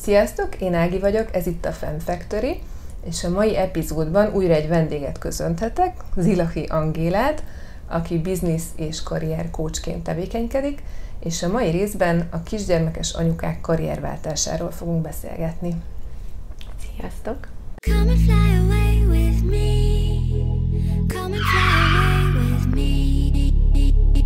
Sziasztok, én Ági vagyok, ez itt a Fem Factory, és a mai epizódban újra egy vendéget köszönthetek, Zilahi Angélát, aki biznisz és karrier coachként tevékenykedik, és a mai részben a kisgyermekes anyukák karrierváltásáról fogunk beszélgetni. Sziasztok! Come and fly away with me. Come and fly away with me.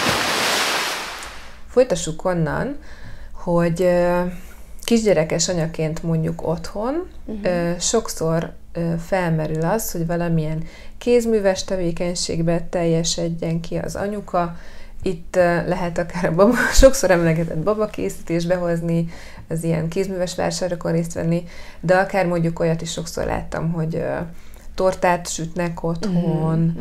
Folytassuk onnan, hogy kisgyerekes anyaként mondjuk otthon sokszor felmerül az, hogy valamilyen kézműves tevékenységbe teljesedjen ki az anyuka. Itt lehet akár sokszor emlegetett babakészítésbe hozni, az ilyen kézműves vásárokon részt venni, de akár mondjuk olyat is sokszor láttam, hogy tortát sütnek otthon,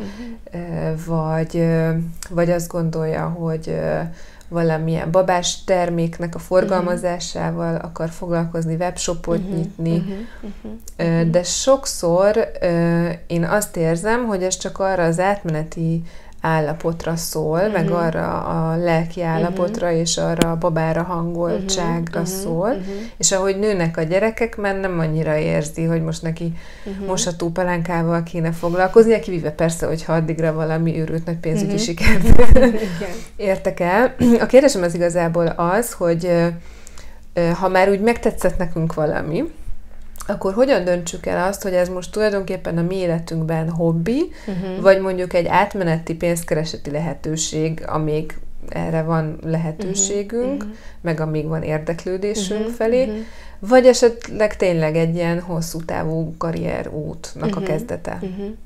vagy azt gondolja, hogy valamilyen babás terméknek a forgalmazásával akar foglalkozni, webshopot nyitni, de sokszor én azt érzem, hogy ez csak arra az átmeneti állapotra szól, meg arra a lelki állapotra, és arra a babára hangoltságra szól, és ahogy nőnek a gyerekek, már nem annyira érzi, hogy most neki moshatópalánkával kéne foglalkozni, kivéve persze, hogyha addigra valami őrült nagy pénzügyi sikert értek el. A kérdésem az igazából az, hogy ha már úgy megtetszett nekünk valami, akkor hogyan döntsük el azt, hogy ez most tulajdonképpen a mi életünkben hobbi, vagy mondjuk egy átmeneti pénzkereseti lehetőség, amíg erre van lehetőségünk, meg amíg van érdeklődésünk felé, vagy esetleg tényleg egy ilyen hosszú távú karrierútnak a kezdete?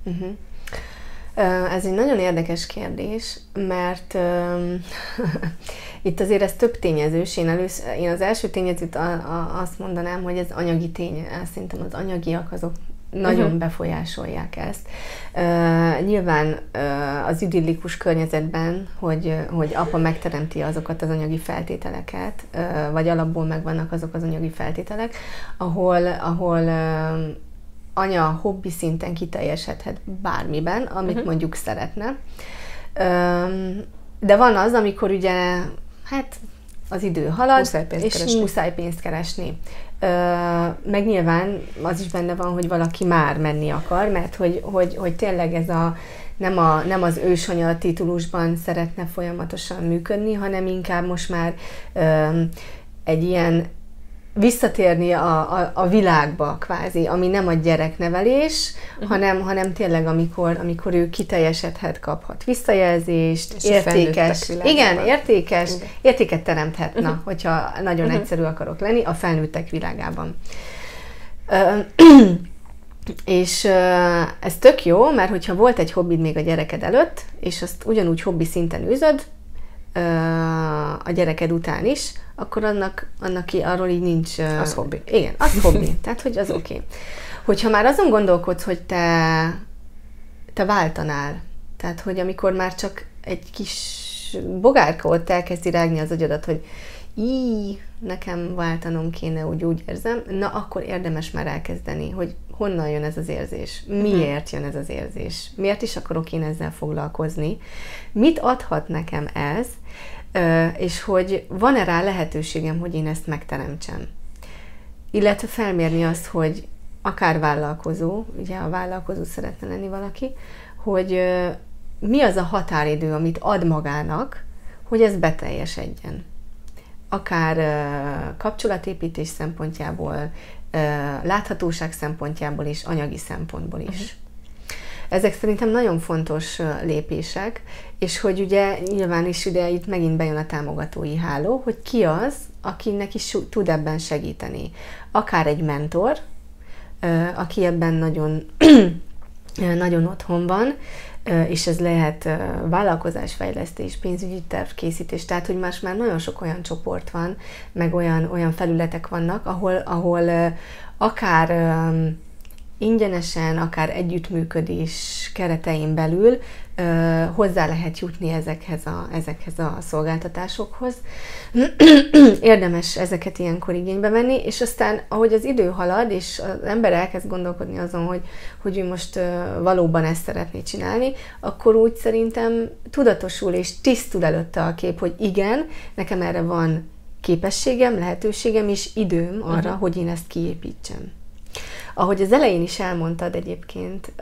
Ez egy nagyon érdekes kérdés, mert itt azért ez több tényezős. Én az első tényezőt azt mondanám, hogy ez anyagi tény. Szerintem az anyagiak azok nagyon befolyásolják ezt. Nyilván az idillikus környezetben, hogy apa megteremti azokat az anyagi feltételeket, vagy alapból megvannak azok az anyagi feltételek, ahol anya hobbi szinten kiteljesedhet bármiben, amit mondjuk szeretne. De van az, amikor ugye, hát az idő halad, muszáj pénzt keresni. Meg nyilván az is benne van, hogy valaki már menni akar, mert hogy tényleg ez nem az ősanya titulusban szeretne folyamatosan működni, hanem inkább most már egy ilyen visszatérni a világba kvázi, ami nem a gyereknevelés, hanem tényleg amikor ő kiteljesedhet, kaphat visszajelzést, és értéket teremthet, hogyha nagyon egyszerű akarok lenni, a felnőttek világában. És ez tök jó, mert hogyha volt egy hobbid még a gyereked előtt, és azt ugyanúgy hobbi szinten űzöd, a gyereked után is, akkor arról így nincs... Az hobbi. Igen, az hobbi. Tehát, hogy az oké. Hogyha már azon gondolkodsz, hogy te váltanál, tehát, hogy amikor már csak egy kis bogárka ott elkezdi rágni az agyadat, hogy nekem váltanom kéne, úgy érzem, na akkor érdemes már elkezdeni, hogy honnan jön ez az érzés, miért jön ez az érzés, miért is akarok én ezzel foglalkozni, mit adhat nekem ez, és hogy van-e rá lehetőségem, hogy én ezt megteremtsem. Illetve felmérni azt, hogy akár vállalkozó, ugye a vállalkozó szeretne lenni valaki, hogy mi az a határidő, amit ad magának, hogy ez beteljesedjen. Akár kapcsolatépítés szempontjából, láthatóság szempontjából és anyagi szempontból is. Ezek szerintem nagyon fontos lépések, és hogy ugye nyilván is ide itt megint bejön a támogatói háló, hogy ki az, akinek is tud ebben segíteni. Akár egy mentor, aki ebben nagyon, nagyon otthon van, és ez lehet vállalkozásfejlesztés, pénzügyi tervkészítés, tehát hogy már nagyon sok olyan csoport van, meg olyan felületek vannak, ahol akár ingyenesen, akár együttműködés keretein belül hozzá lehet jutni ezekhez a szolgáltatásokhoz. Érdemes ezeket ilyenkor igénybe venni, és aztán, ahogy az idő halad, és az ember elkezd gondolkodni azon, hogy ő most valóban ezt szeretné csinálni, akkor úgy szerintem tudatosul és tisztul előtte a kép, hogy igen, nekem erre van képességem, lehetőségem és időm arra, hogy én ezt kiépítsem. Ahogy az elején is elmondtad egyébként,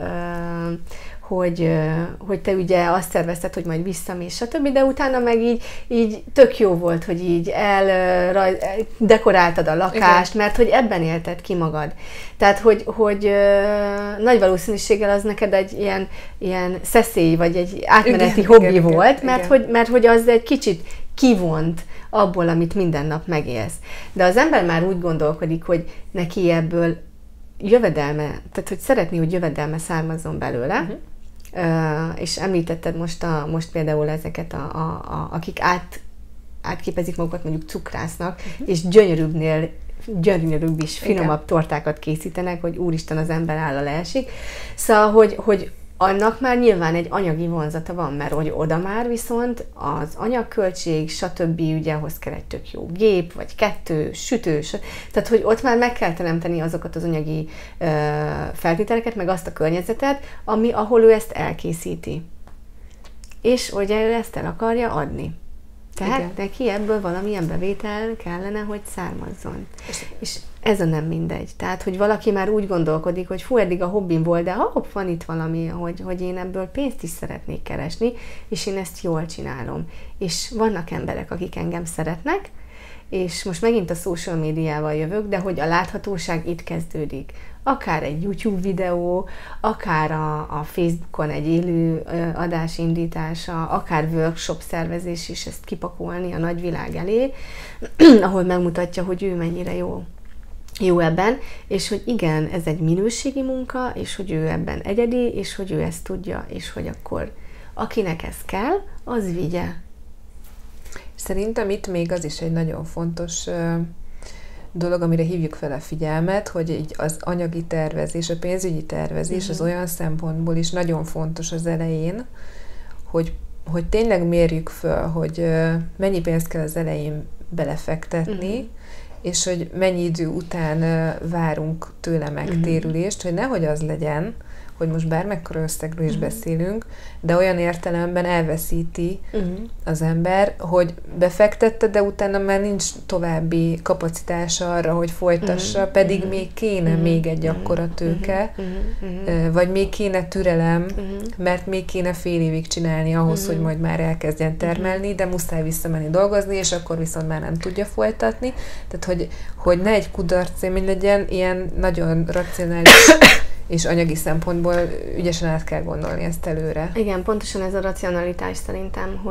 hogy te ugye azt szervezted, hogy majd visszamész, stb., de utána meg így tök jó volt, hogy így dekoráltad a lakást, mert hogy ebben élted ki magad. Tehát, hogy nagy valószínűséggel az neked egy ilyen szeszély, vagy egy átmeneti hobbi volt, mert hogy az egy kicsit kivont abból, amit minden nap megélsz. De az ember már úgy gondolkodik, hogy neki ebből jövedelme, tehát hogy szeretné, hogy jövedelme származzon belőle, és említetted most például ezeket, akik átképezik magukat mondjuk cukrásznak, és gyönyörűbb is, finomabb tortákat készítenek, hogy úristen, az ember álla leesik. Szóval, hogy annak már nyilván egy anyagi vonzata van, mert hogy oda már viszont az anyagköltség, stb. Ugye ahhoz kell egy tök jó gép, vagy 2, sütő, tehát hogy ott már meg kell teremteni azokat az anyagi feltételeket, meg azt a környezetet, ahol ő ezt elkészíti. És ugye ő ezt el akarja adni. Tehát neki ebből valamilyen bevétel kellene, hogy származzon. És ez a nem mindegy. Tehát, hogy valaki már úgy gondolkodik, hogy fú, eddig a hobbim volt, de hopp, van itt valami, hogy én ebből pénzt is szeretnék keresni, és én ezt jól csinálom. És vannak emberek, akik engem szeretnek, és most megint a social médiával jövök, de hogy a láthatóság itt kezdődik. Akár egy YouTube videó, akár a Facebookon egy élő adás indítása, akár workshop szervezés is, ezt kipakolni a nagyvilág elé, ahol megmutatja, hogy ő mennyire jó ebben, és hogy igen, ez egy minőségi munka, és hogy ő ebben egyedi, és hogy ő ezt tudja, és hogy akkor akinek ez kell, az vigye. Szerintem itt még az is egy nagyon fontos dolog, amire hívjuk fel a figyelmet, hogy így az anyagi tervezés, a pénzügyi tervezés az olyan szempontból is nagyon fontos az elején, hogy tényleg mérjük föl, hogy mennyi pénzt kell az elején belefektetni, és hogy mennyi idő után várunk tőle megtérülést, hogy nehogy az legyen, hogy most bármekkora összegről is beszélünk, de olyan értelemben elveszíti az ember, hogy befektette, de utána már nincs további kapacitása arra, hogy folytassa, pedig még kéne még egy akkora tőke, vagy még kéne türelem, mert még kéne fél évig csinálni ahhoz, hogy majd már elkezdjen termelni, de muszáj visszamenni dolgozni, és akkor viszont már nem tudja folytatni. Tehát, hogy ne egy kudarcélmény legyen, ilyen nagyon racionális és anyagi szempontból ügyesen át kell gondolni ezt előre. Igen, pontosan ez a racionalitás szerintem,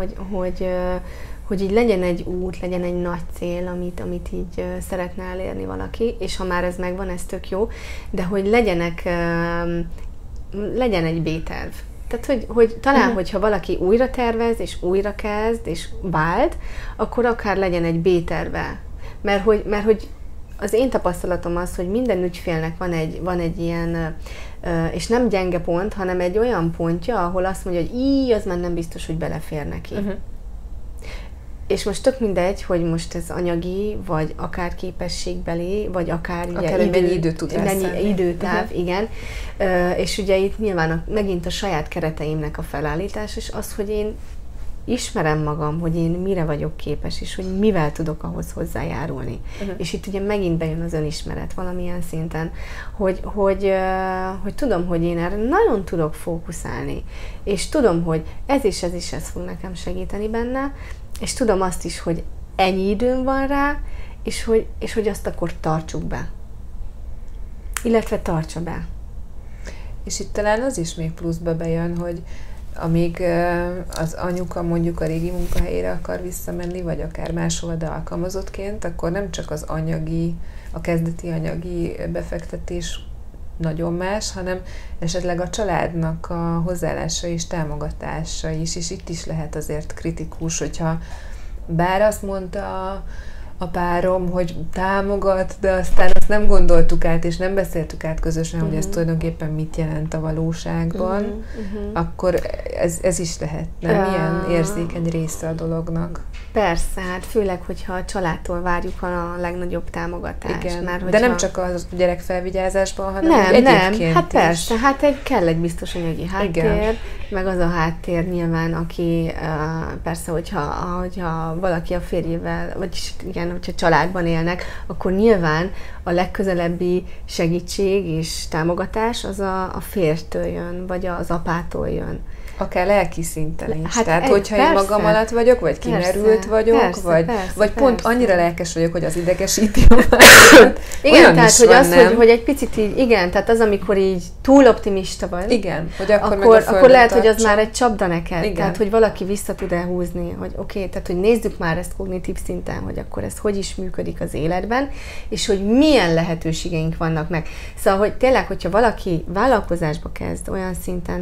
hogy így legyen egy út, legyen egy nagy cél, amit így szeretne elérni valaki, és ha már ez megvan, ez tök jó, de hogy legyen egy B-terv. Tehát, hogy talán, hogyha valaki újra tervez, és újra kezd, és vált, akkor akár legyen egy B-terve. Mert hogy az én tapasztalatom az, hogy minden ügyfélnek van egy ilyen, és nem gyenge pont, hanem egy olyan pontja, ahol azt mondja, hogy az már nem biztos, hogy belefér neki. És most tök mindegy, hogy most ez anyagi, vagy akár képességbeli, vagy akár mennyi időt tud időtáv, igen. És ugye itt nyilván megint a saját kereteimnek a felállítás, és az, hogy én ismerem magam, hogy én mire vagyok képes, és hogy mivel tudok ahhoz hozzájárulni. És itt ugye megint bejön az önismeret valamilyen szinten, hogy tudom, hogy én erre nagyon tudok fókuszálni, és tudom, hogy ez fog nekem segíteni benne, és tudom azt is, hogy ennyi időm van rá, és hogy azt akkor tartsuk be. Illetve tartsa be. És itt talán az is még pluszba bejön, hogy amíg az anyuka mondjuk a régi munkahelyére akar visszamenni, vagy akár máshova, de alkalmazottként, akkor nem csak az a kezdeti anyagi befektetés nagyon más, hanem esetleg a családnak a hozzáállása és támogatása is, és itt is lehet azért kritikus, hogyha bár azt mondta a párom, hogy támogat, de aztán azt nem gondoltuk át, és nem beszéltük át közösen, hogy ez tulajdonképpen mit jelent a valóságban, akkor ez is lehet, nem? Ilyen érzékeny része a dolognak. Persze, hát főleg, hogyha a családtól várjuk a legnagyobb támogatást. Igen, mert de nem csak a gyerek felvigyázásban, hanem egyébként hát persze, hát kell egy biztos anyagi háttér, meg az a háttér nyilván, aki persze, hogyha valaki a férjével, vagyis igen, hogyha családban élnek, akkor nyilván a legközelebbi segítség és támogatás az a férjtől jön, vagy az apától jön. Akár lelki szinten is. Hát tehát, hogyha én magam alatt vagyok, vagy kimerült vagyok, vagy pont annyira lelkes vagyok, hogy az idegesíti a másokat. Igen, tehát, hogy az, hogy egy picit így, igen, tehát az, amikor így túl optimista vagy. Igen, hogy akkor lehet, hogy az már egy csapda neked. Igen. Tehát, hogy valaki vissza tud elhúzni, hogy oké, tehát, hogy nézzük már ezt kognitív szinten, hogy akkor ez hogy is működik az életben, és hogy milyen lehetőségeink vannak meg. Szóval, hogy tényleg, hogyha valaki vállalkozásba kezd olyan szinten,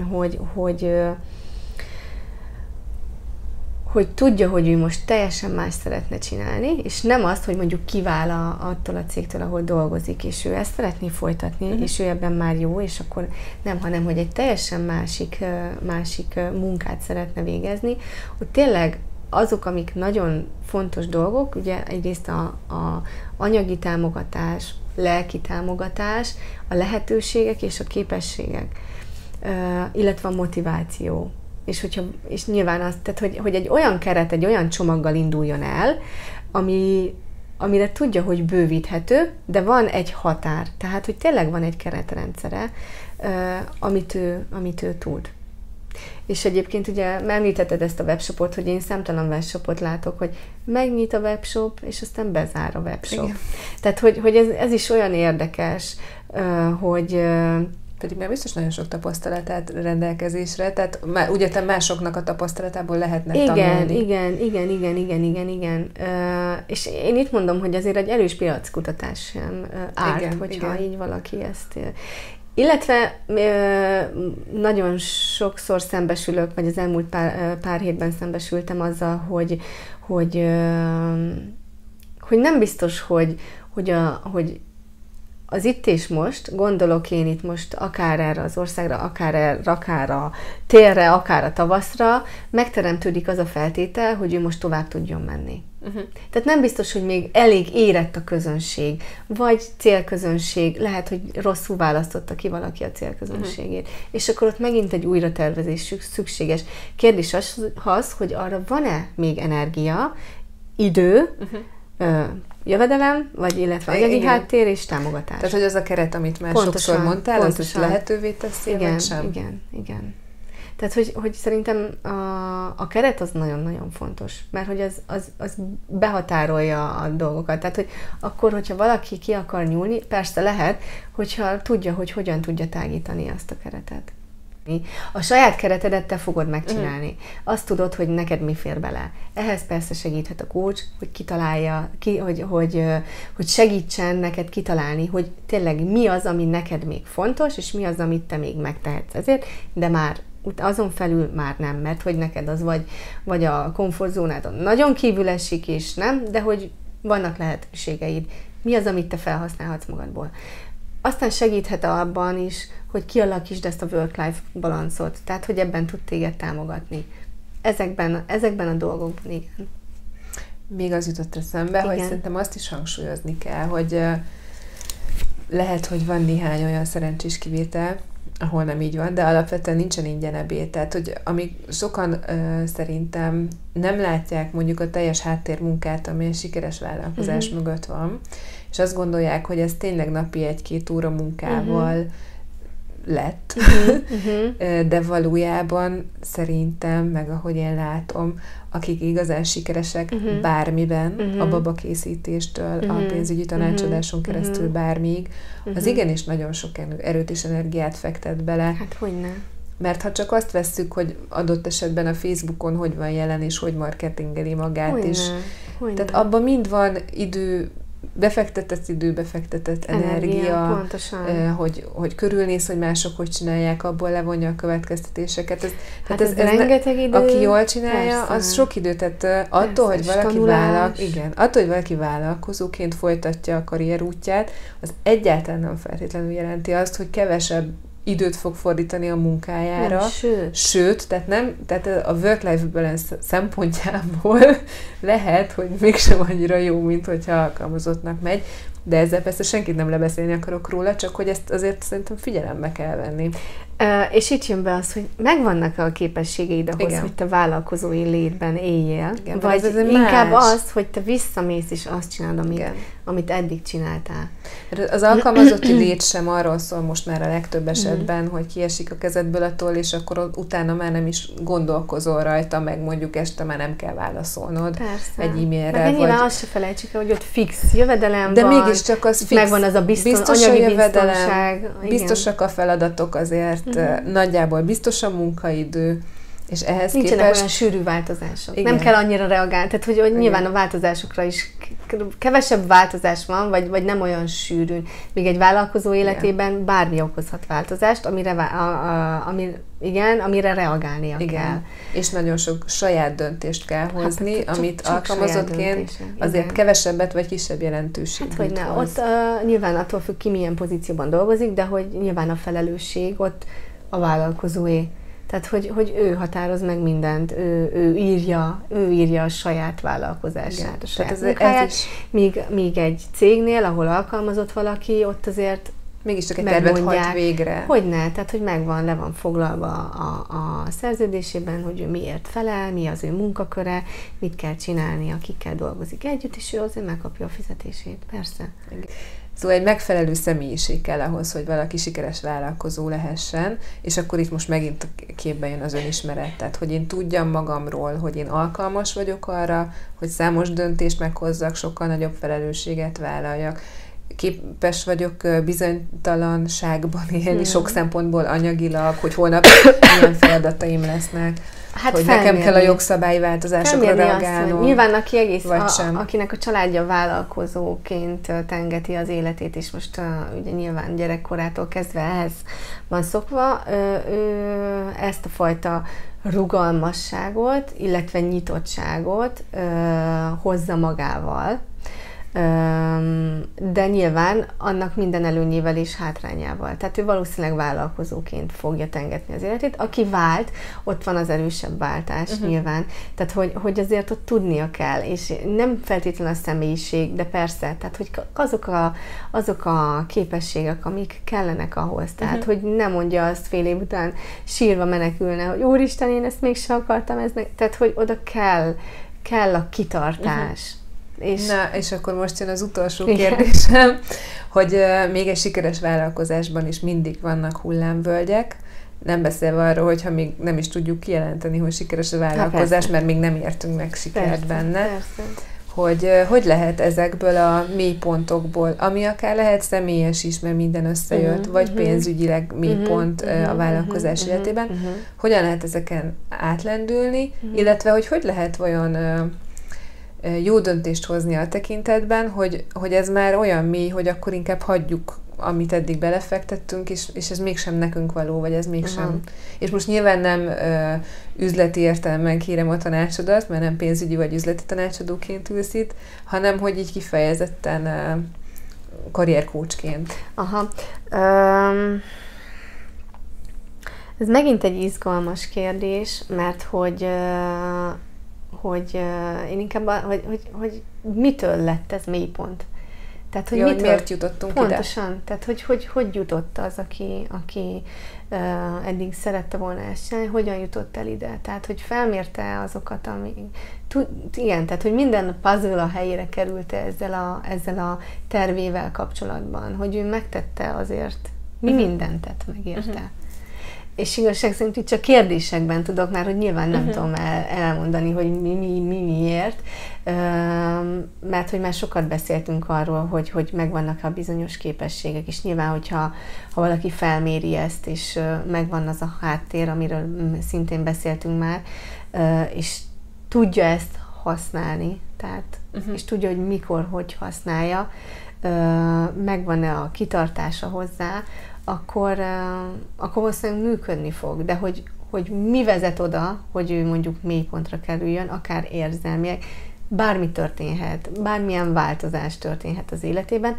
hogy tudja, hogy ő most teljesen más szeretne csinálni, és nem azt, hogy mondjuk kivál attól a cégtől, ahol dolgozik, és ő ezt szeretné folytatni, és ő ebben már jó, és akkor nem, hanem hogy egy teljesen másik munkát szeretne végezni, hogy tényleg azok, amik nagyon fontos dolgok, ugye egyrészt a anyagi támogatás, lelki támogatás, a lehetőségek és a képességek, illetve a motiváció. És nyilván az, tehát, hogy egy olyan keret, egy olyan csomaggal induljon el, amire tudja, hogy bővíthető, de van egy határ. Tehát, hogy tényleg van egy keretrendszere, amit ő tud. És egyébként ugye említetted ezt a webshopot, hogy én számtalan webshopot látok, hogy megnyit a webshop, és aztán bezár a webshop. Igen. Tehát, hogy ez is olyan érdekes, hogy... Pedig már biztos nagyon sok tapasztalatát rendelkezésre, tehát ugye te másoknak a tapasztalatából lehetne tanulni. Igen. És én itt mondom, hogy azért egy erős piackutatás sem árt, hogyha így valaki ezt... Illetve nagyon sokszor szembesülök, vagy az elmúlt pár hétben szembesültem azzal, hogy nem biztos, hogy az itt és most, gondolok én itt most akár erre az országra, akár a térre, akár a tavaszra, megteremtődik az a feltétel, hogy ő most tovább tudjon menni. Tehát nem biztos, hogy még elég érett a közönség, vagy célközönség, lehet, hogy rosszul választotta ki valaki a célközönségét. És akkor ott megint egy újratervezés szükséges. Kérdés az, hogy arra van-e még energia, idő, jövedelem, vagy illetve anyagi háttér és támogatás. Tehát, hogy az a keret, amit már sokszor mondtál, az is lehetővé teszi, vagy sem? Igen. Tehát, hogy szerintem a keret az nagyon-nagyon fontos, mert hogy az behatárolja a dolgokat. Tehát, hogy akkor, hogyha valaki ki akar nyúlni, persze lehet, hogyha tudja, hogy hogyan tudja tágítani azt a keretet. A saját keretedet te fogod megcsinálni. Azt tudod, hogy neked mi fér bele. Ehhez persze segíthet a coach, hogy kitalálja, hogy segítsen neked kitalálni, hogy tényleg mi az, ami neked még fontos, és mi az, amit te még megtehetsz ezért, de már azon felül már nem, mert hogy neked az vagy a komfortzónádon nagyon kívül esik, és nem, de hogy vannak lehetőségeid. Mi az, amit te felhasználhatsz magadból. Aztán segíthet abban is, hogy kialakítsd ezt a work-life balancot, tehát hogy ebben tud téged támogatni. Ezekben a dolgokban, igen. Még az jutott eszembe, hogy szerintem azt is hangsúlyozni kell, hogy lehet, hogy van néhány olyan szerencsés kivétel, ahol nem így van, de alapvetően nincsen ingyen ebéd. Tehát, hogy amíg sokan szerintem nem látják mondjuk a teljes háttérmunkát, ami egy sikeres vállalkozás mögött van, és azt gondolják, hogy ez tényleg napi 1-2 óra munkával lett, de valójában szerintem, meg ahogy én látom, akik igazán sikeresek bármiben, a babakészítéstől, a pénzügyi tanácsadáson keresztül bármíg, az igenis nagyon sok erőt és energiát fektet bele. Hát hogyne. Mert ha csak azt vesszük, hogy adott esetben a Facebookon hogy van jelen, és hogy marketingeli magát is. Tehát abban mind van idő, befektetett energia, hogy körülnéz, hogy mások hogy csinálják, abból levonja a következtetéseket. Ez rengeteg idő. Aki jól csinálja, persze. Az sok idő. Tehát attól, hogy valaki vállalkozóként folytatja a karrierútját, az egyáltalán nem feltétlenül jelenti azt, hogy kevesebb időt fog fordítani a munkájára. Nem, Sőt, tehát a work-life balance szempontjából lehet, hogy mégsem annyira jó, mint hogyha alkalmazottnak megy, de ezzel persze senkit nem lebeszélni akarok róla, csak hogy ezt azért szerintem figyelembe kell venni. És itt jön be az, hogy megvannak a képességeid ahhoz, Igen. hogy te vállalkozói létben éljél, Igen, vagy ez inkább más. az, hogy te visszamész és azt csinálod, amit eddig csináltál. Az alkalmazotti lét sem arról szól most már a legtöbb esetben, hogy kiesik a kezedből a toll, és akkor utána már nem is gondolkozol rajta, meg mondjuk este már nem kell válaszolnod egy e-mailre. Meg nyilván azt se felejtsük el, hogy ott fix jövedelem de van, mégiscsak az fix. megvan az a biztos anyagi a jövedelem, biztonság. biztosak a feladatok azért, nagyjából biztos a munkaidő, és ehhez nincsenek képest... olyan sűrű változások. Igen. Nem kell annyira reagálni. Tehát, hogy nyilván a változásokra is kevesebb változás van, vagy nem olyan sűrű. Még egy vállalkozó életében bármi okozhat változást, amire reagálnia kell. És nagyon sok saját döntést kell hozni, amit csak alkalmazottként azért kevesebbet vagy kisebb jelentőséget hogy ne, ott nyilván attól függ ki, milyen pozícióban dolgozik, de hogy nyilván a felelősség ott a vállalkozóé. Tehát, hogy ő határoz meg mindent, ő írja a saját vállalkozását, a saját munkáját, míg egy cégnél, ahol alkalmazott valaki, ott azért mégiscsak egy tervet hajt végre. Hogyne, tehát hogy le van foglalva a szerződésében, hogy ő miért felel, mi az ő munkaköre, mit kell csinálnia, kikkel dolgozik együtt, és ő azért megkapja a fizetését, persze. Szóval egy megfelelő személyiség kell ahhoz, hogy valaki sikeres vállalkozó lehessen, és akkor itt most megint képbe jön az önismeret. Tehát, hogy én tudjam magamról, hogy én alkalmas vagyok arra, hogy számos döntést meghozzak, sokkal nagyobb felelősséget vállaljak. Képes vagyok bizonytalanságban élni, sok szempontból anyagilag, hogy holnap milyen feladataim lesznek. Hát hogy nekem kell a jogszabályi változásokra reagálnom. Nyilván aki akinek a családja vállalkozóként tengeti az életét, és most ugye nyilván gyerekkorától kezdve ehhez van szokva, ő ezt a fajta rugalmasságot, illetve nyitottságot hozza magával, de nyilván annak minden előnyével és hátrányával. Tehát ő valószínűleg vállalkozóként fogja tengetni az életét. Aki vált, ott van az erősebb váltás nyilván. Tehát, hogy azért ott tudnia kell, és nem feltétlenül a személyiség, de persze, tehát, hogy azok a képességek, amik kellenek ahhoz. Tehát, hogy nem mondja azt fél év után sírva menekülne, hogy úristen, én ezt mégsem akartam, tehát, hogy oda kell a kitartás. És akkor most jön az utolsó kérdésem, hogy még egy sikeres vállalkozásban is mindig vannak hullámvölgyek, nem beszélve arról, hogyha még nem is tudjuk kijelenteni, hogy sikeres a vállalkozás, mert még nem értünk meg sikert benne. Hogy lehet ezekből a mélypontokból, ami akár lehet személyes is, mert minden összejött, vagy pénzügyileg mélypont a vállalkozás életében, hogyan lehet ezeken átlendülni, illetve hogy lehet vajon jó döntést hozni a tekintetben, hogy ez már olyan mély, hogy akkor inkább hagyjuk, amit eddig belefektettünk, és ez mégsem nekünk való, vagy ez mégsem. És most nyilván nem üzleti értelemben kérem a tanácsodat, mert nem pénzügyi vagy üzleti tanácsadóként ülsz itt, hanem hogy így kifejezetten karriercoachként. Ez megint egy izgalmas kérdés, mert hogy én inkább, hogy mitől lett ez mélypont. Tehát, hogy miért jutottunk pontosan, ide? Tehát, hogy jutott az, aki eddig szerette volna ezt csinálni, hogyan jutott el ide. Tehát, hogy felmérte azokat, igen, tehát, hogy minden puzzle a helyére került ezzel a tervével kapcsolatban, hogy ő megtette azért, mindent tett meg érte. És igazság szerint itt csak kérdésekben tudok már, hogy nyilván nem tudom elmondani, hogy miért, mert hogy már sokat beszéltünk arról, hogy megvannak a bizonyos képességek, és nyilván, hogyha valaki felméri ezt, és megvan az a háttér, amiről szintén beszéltünk már, és tudja ezt használni, tehát, és tudja, hogy mikor, hogy használja, megvan-e a kitartása hozzá, akkor valószínűleg működni fog, de hogy mi vezet oda, hogy ő mondjuk mélypontra kerüljön, akár érzelmileg, bármi történhet, bármilyen változás történhet az életében,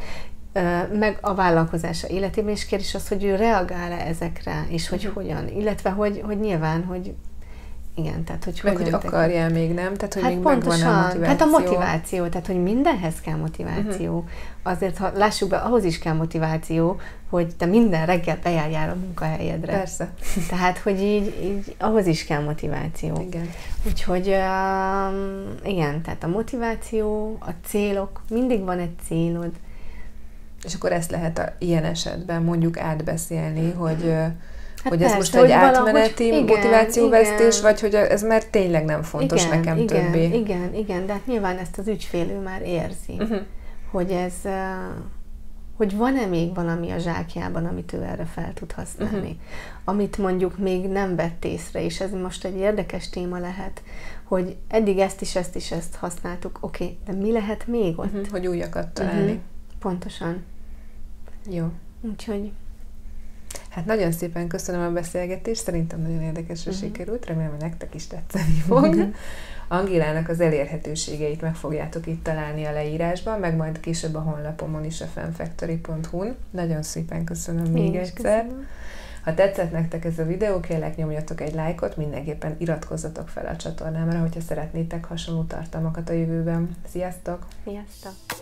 meg a vállalkozása életében, és kérdés az, hogy ő reagál-e ezekre, és hogy hogyan, illetve hogy nyilván, hogy igen, tehát hogy meg hogyan. hogy akarja még, nem? Tehát, hogy Hát még pontosan, megvan a motiváció. tehát a motiváció, tehát hogy mindenhez kell motiváció. Azért, ha lássuk be, ahhoz is kell motiváció, hogy te minden reggel bejárjál a munkahelyedre. Persze. Tehát, hogy így ahhoz is kell motiváció. Igen. Úgyhogy igen, tehát a motiváció, a célok, mindig van egy célod. És akkor ezt lehet ilyen esetben mondjuk átbeszélni, hogy hogy ez persze, most egy hogy átmeneti igen, motivációvesztés, igen. vagy hogy ez már tényleg nem fontos nekem többé. Igen, de hát nyilván ezt az ügyfél ő már érzi, hogy ez, hogy van-e még valami a zsákjában, amit ő erre fel tud használni. Amit mondjuk még nem vett észre, és ez most egy érdekes téma lehet, hogy eddig ezt használtuk, oké, de mi lehet még ott? Hogy újakat találni. Pontosan. Jó. Úgyhogy hát nagyon szépen köszönöm a beszélgetést, szerintem nagyon érdekesre sikerült, remélem, hogy nektek is tetszeni fog. Angélának az elérhetőségeit meg fogjátok itt találni a leírásban, meg majd később a honlapomon is, a femfactory.hu-n. Nagyon szépen köszönöm még egyszer. Köszönöm. Ha tetszett nektek ez a videó, kérlek nyomjatok egy lájkot, mindenképpen iratkozzatok fel a csatornámra, hogyha szeretnétek hasonló tartalmakat a jövőben. Sziasztok! Sziasztok!